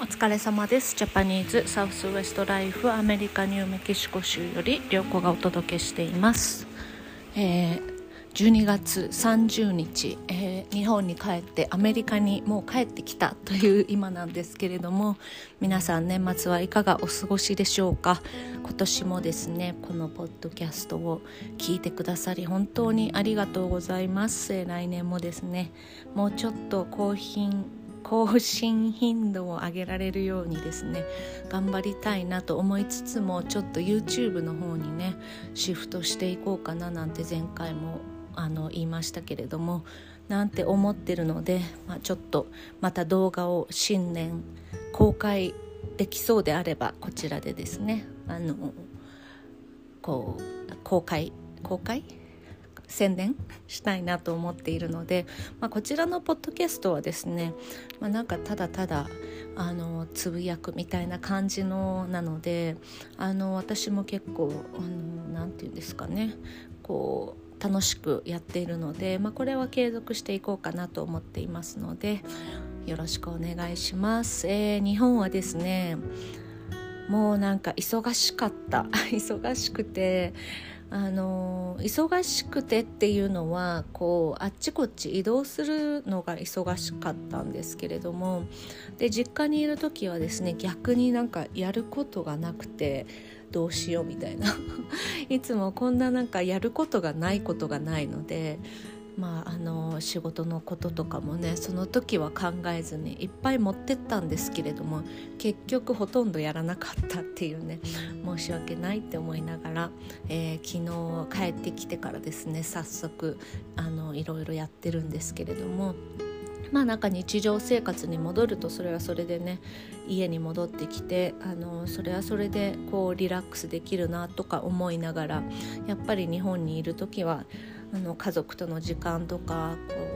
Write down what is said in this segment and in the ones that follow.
疲れ様です。ジャパニーズサウスウエストライフアメリカニューメキシコ州より涼子がお届けしています。12月30日、日本に帰ってアメリカにもう帰ってきたという今なんですけれども、皆さん年末はいかがお過ごしでしょうか。今年もですねこのポッドキャストを聞いてくださり本当にありがとうございます。来年もですねもうちょっと更新頻度を上げられるようにですね頑張りたいなと思いつつも、ちょっと YouTube の方にねシフトしていこうかななんて前回も言いましたけれども、なんて思ってるので、ちょっとまた動画を新年公開できそうであればこちらでですね公開宣伝したいなと思っているので、こちらのポッドキャストはですね、なんかただただつぶやくみたいな感じのなので、私も結構なんていうんですかね、楽しくやっているので、これは継続していこうかなと思っていますのでよろしくお願いします。日本はですねもうなんか忙しかった忙しくてっていうのはあっちこっち移動するのが忙しかったんですけれども、で実家にいる時はですね逆になんかやることがなくてどうしようみたいないつもこんななんかやることがないので、仕事のこととかもねその時は考えずにいっぱい持ってったんですけれども、結局ほとんどやらなかったっていうね、申し訳ないって思いながら、昨日帰ってきてからですね早速いろいろやってるんですけれども、なんか日常生活に戻るとそれはそれでね家に戻ってきてそれはそれでリラックスできるなとか思いながら、やっぱり日本にいる時は家族との時間とか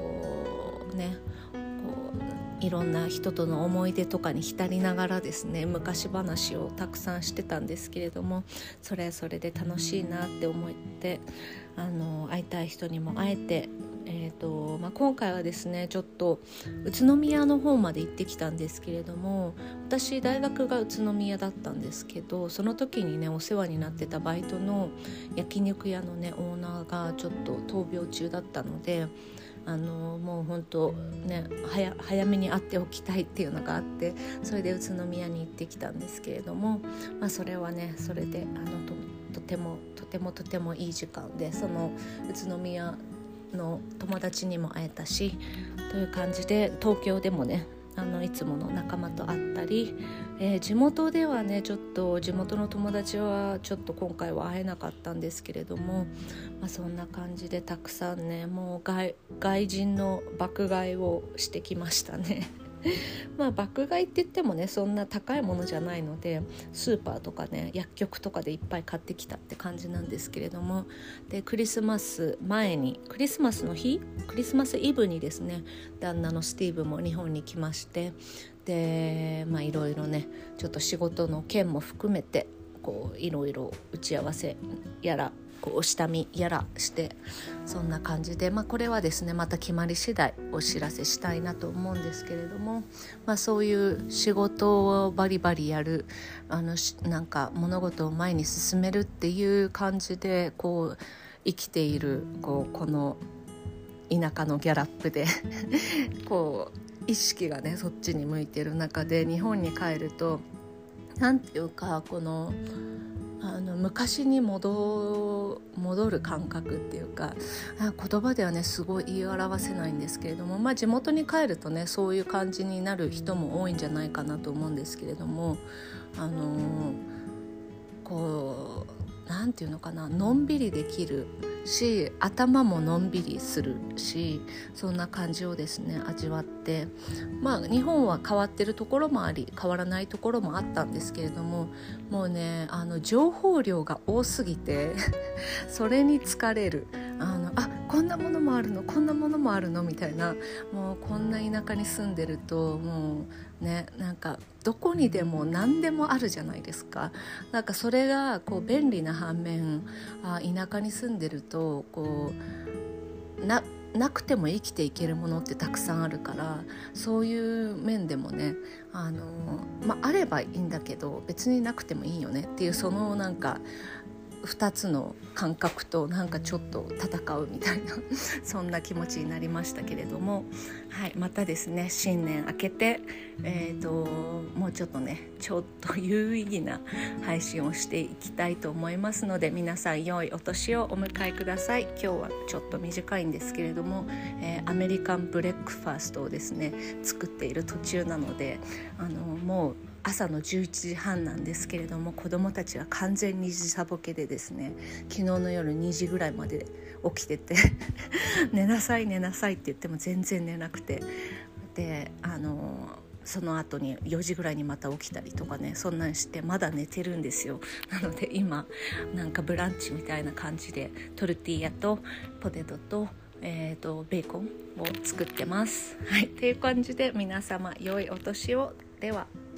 いろんな人との思い出とかに浸りながらですね昔話をたくさんしてたんですけれども、それはそれで楽しいなって思って会いたい人にも会えて、今回はですねちょっと宇都宮の方まで行ってきたんですけれども、私大学が宇都宮だったんですけど、その時にねお世話になってたバイトの焼肉屋のねオーナーがちょっと闘病中だったのでもう本当ね早めに会っておきたいっていうのがあって、それで宇都宮に行ってきたんですけれども、それはねそれでとてもいい時間で、その宇都宮の友達にも会えたしという感じで、東京でもねいつもの仲間と会ったり、地元ではねちょっと地元の友達はちょっと今回は会えなかったんですけれども、そんな感じでたくさんねもう外人の爆買いをしてきましたね爆買いって言ってもねそんな高いものじゃないので、スーパーとかね薬局とかでいっぱい買ってきたって感じなんですけれども、でクリスマスの日クリスマスイブにですね旦那のスティーブも日本に来まして、でいろいろねちょっと仕事の件も含めていろいろ打ち合わせやら下見やらして、そんな感じで、これはですねまた決まり次第お知らせしたいなと思うんですけれども、そういう仕事をバリバリやるなんか物事を前に進めるっていう感じで生きているこの田舎のギャラップで意識がねそっちに向いてる中で、日本に帰るとなんていうか昔に戻る感覚っていうか、言葉ではねすごい言い表せないんですけれども、地元に帰るとねそういう感じになる人も多いんじゃないかなと思うんですけれども、なんていうのかな、のんびりできるし頭ものんびりするし、そんな感じをですね味わって、日本は変わってるところもあり変わらないところもあったんですけれども、もうね情報量が多すぎてそれに疲れる。こんなものもあるのみたいな、もうこんな田舎に住んでるともうねなんかどこにでも何でもあるじゃないですか。なんかそれが便利な反面、田舎に住んでるとなくても生きていけるものってたくさんあるから、そういう面でもねあればいいんだけど別になくてもいいよねっていう、そのなんか2つの感覚となんかちょっと戦うみたいなそんな気持ちになりましたけれども、はい、またですね新年明けて、もうちょっとねちょっと有意義な配信をしていきたいと思いますので、皆さん良いお年をお迎えください。今日はちょっと短いんですけれども、アメリカンブレックファーストをですね作っている途中なので、もう朝の11時半なんですけれども、子どもたちは完全に時差ボケでですね、昨日の夜2時ぐらいまで起きてて寝なさい寝なさいって言っても全然寝なくて、でその後に4時ぐらいにまた起きたりとかね、そんなんしてまだ寝てるんですよ。なので今なんかブランチみたいな感じでトルティーヤとポテトとベーコンを作ってます。はい、っていう感じで皆様良いお年を。では。